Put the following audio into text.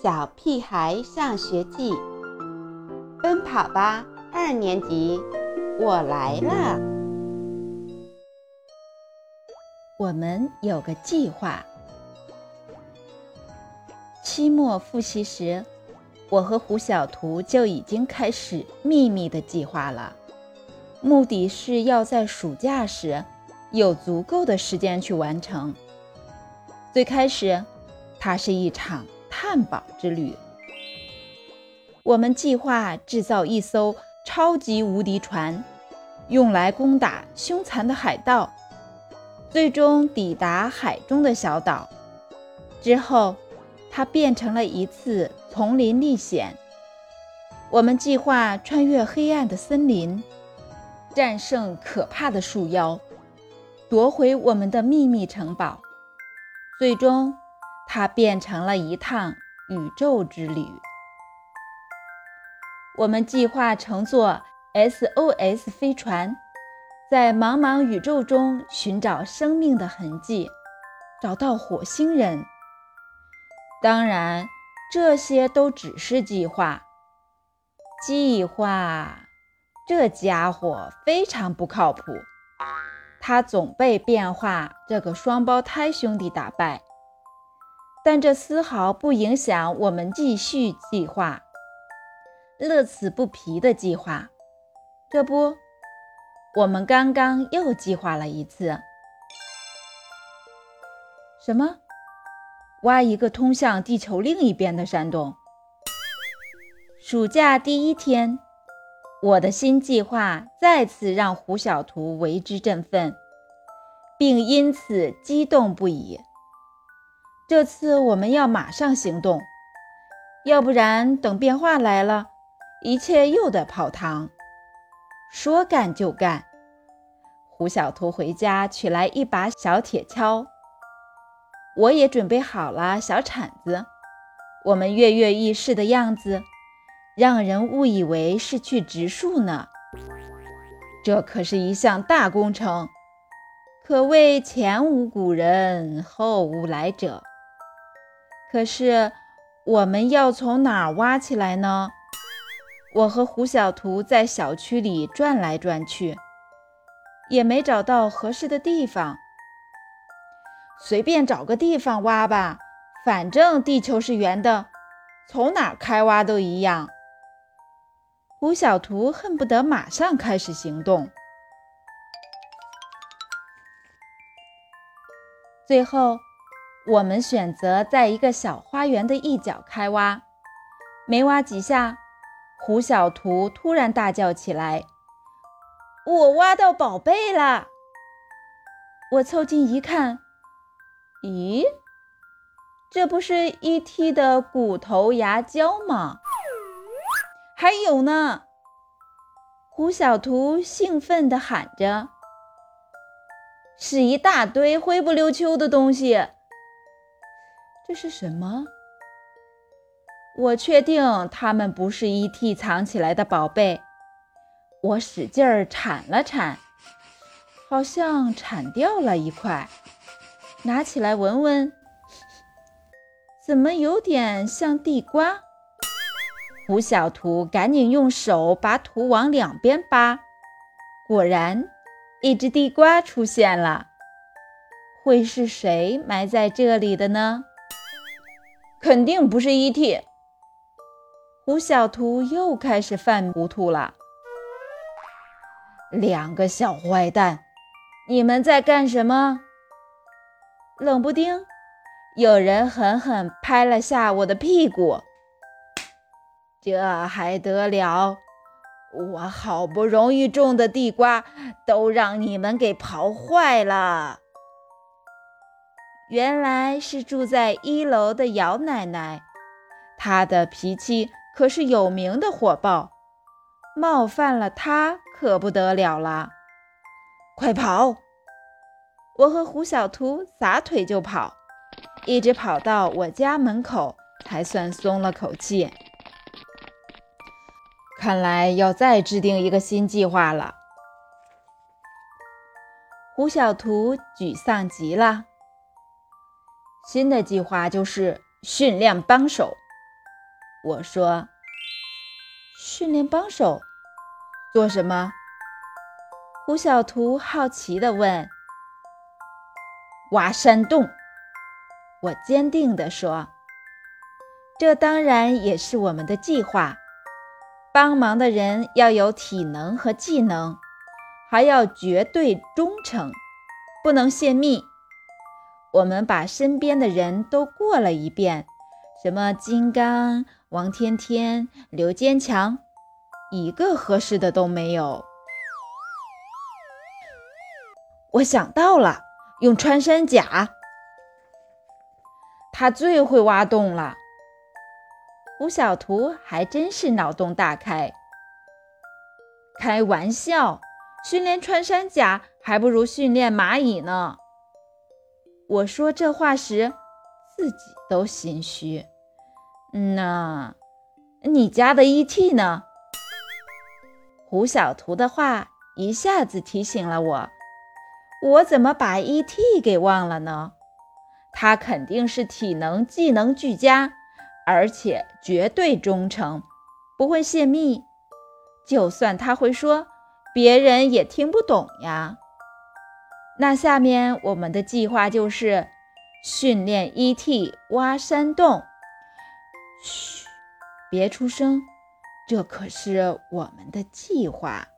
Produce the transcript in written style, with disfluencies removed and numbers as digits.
小屁孩上学记》，奔跑吧2年级，我来了。 我们有个计划。期末复习时，我和胡小图就已经开始秘密的计划了，目的是要在暑假时有足够的时间去完成。最开始，它是一场探宝之旅。我们计划制造一艘超级无敌船，用来攻打凶残的海盗，最终抵达海中的小岛。之后，它变成了一次丛林历险。我们计划穿越黑暗的森林，战胜可怕的树妖，夺回我们的秘密城堡。最终，它变成了一趟宇宙之旅。我们计划乘坐 SOS 飞船，在茫茫宇宙中寻找生命的痕迹，找到火星人。当然，这些都只是计划。这家伙非常不靠谱，他总被变化这个双胞胎兄弟打败。但这丝毫不影响我们继续计划，乐此不疲的计划。这不，我们刚刚又计划了一次。什么？挖一个通向地球另一边的山洞。暑假第1天，我的新计划再次让胡小图为之振奋，并因此激动不已。这次我们要马上行动，要不然等变化来了，一切又得泡汤。说干就干，胡小图回家取来一把小铁锹，我也准备好了小铲子。我们跃跃欲试的样子，让人误以为是去植树呢。这可是一项大工程，可谓前无古人后无来者。可是我们要从哪儿挖起来呢？我和胡小图在小区里转来转去，也没找到合适的地方。随便找个地方挖吧，反正地球是圆的，从哪儿开挖都一样。胡小图恨不得马上开始行动。最后，我们选择在一个小花园的一角开挖。没挖几下，胡小图突然大叫起来：“我挖到宝贝了！”我凑近一看，咦，这不是 ET 的骨头牙胶吗？还有呢！胡小图兴奋地喊着，是一大堆灰不溜秋的东西。这是什么？我确定它们不是 ET 藏起来的宝贝。我使劲儿铲了铲，好像铲掉了一块，拿起来闻闻，怎么有点像地瓜？胡小图赶紧用手把土往两边扒，果然，一只地瓜出现了。会是谁埋在这里的呢？肯定不是 ET。胡小图又开始犯糊涂了。2个小坏蛋，你们在干什么？冷不丁，有人狠狠拍了下我的屁股。这还得了？我好不容易种的地瓜都让你们给刨坏了。原来是住在1楼的姚奶奶，她的脾气可是有名的火爆，冒犯了她可不得了了。快跑！我和胡小图撒腿就跑，一直跑到我家门口才算松了口气。看来要再制定一个新计划了。胡小图沮丧极了。新的计划就是训练帮手， 我说：“训练帮手做什么？”胡小图好奇地问。挖山洞，我坚定地说。这当然也是我们的计划。帮忙的人要有体能和技能，还要绝对忠诚，不能泄密。我们把身边的人都过了一遍，什么金刚、王天天、刘坚强，一个合适的都没有。我想到了，用穿山甲，他最会挖洞了。胡小图还真是脑洞大开。开玩笑，训练穿山甲还不如训练蚂蚁呢。我说这话时，自己都心虚。那你家的 ET 呢？胡小图的话一下子提醒了我，我怎么把 ET 给忘了呢？他肯定是体能技能俱佳，而且绝对忠诚，不会泄密。就算他会说，别人也听不懂呀。那下面我们的计划就是训练 ET 挖山洞。嘘，别出声，这可是我们的计划。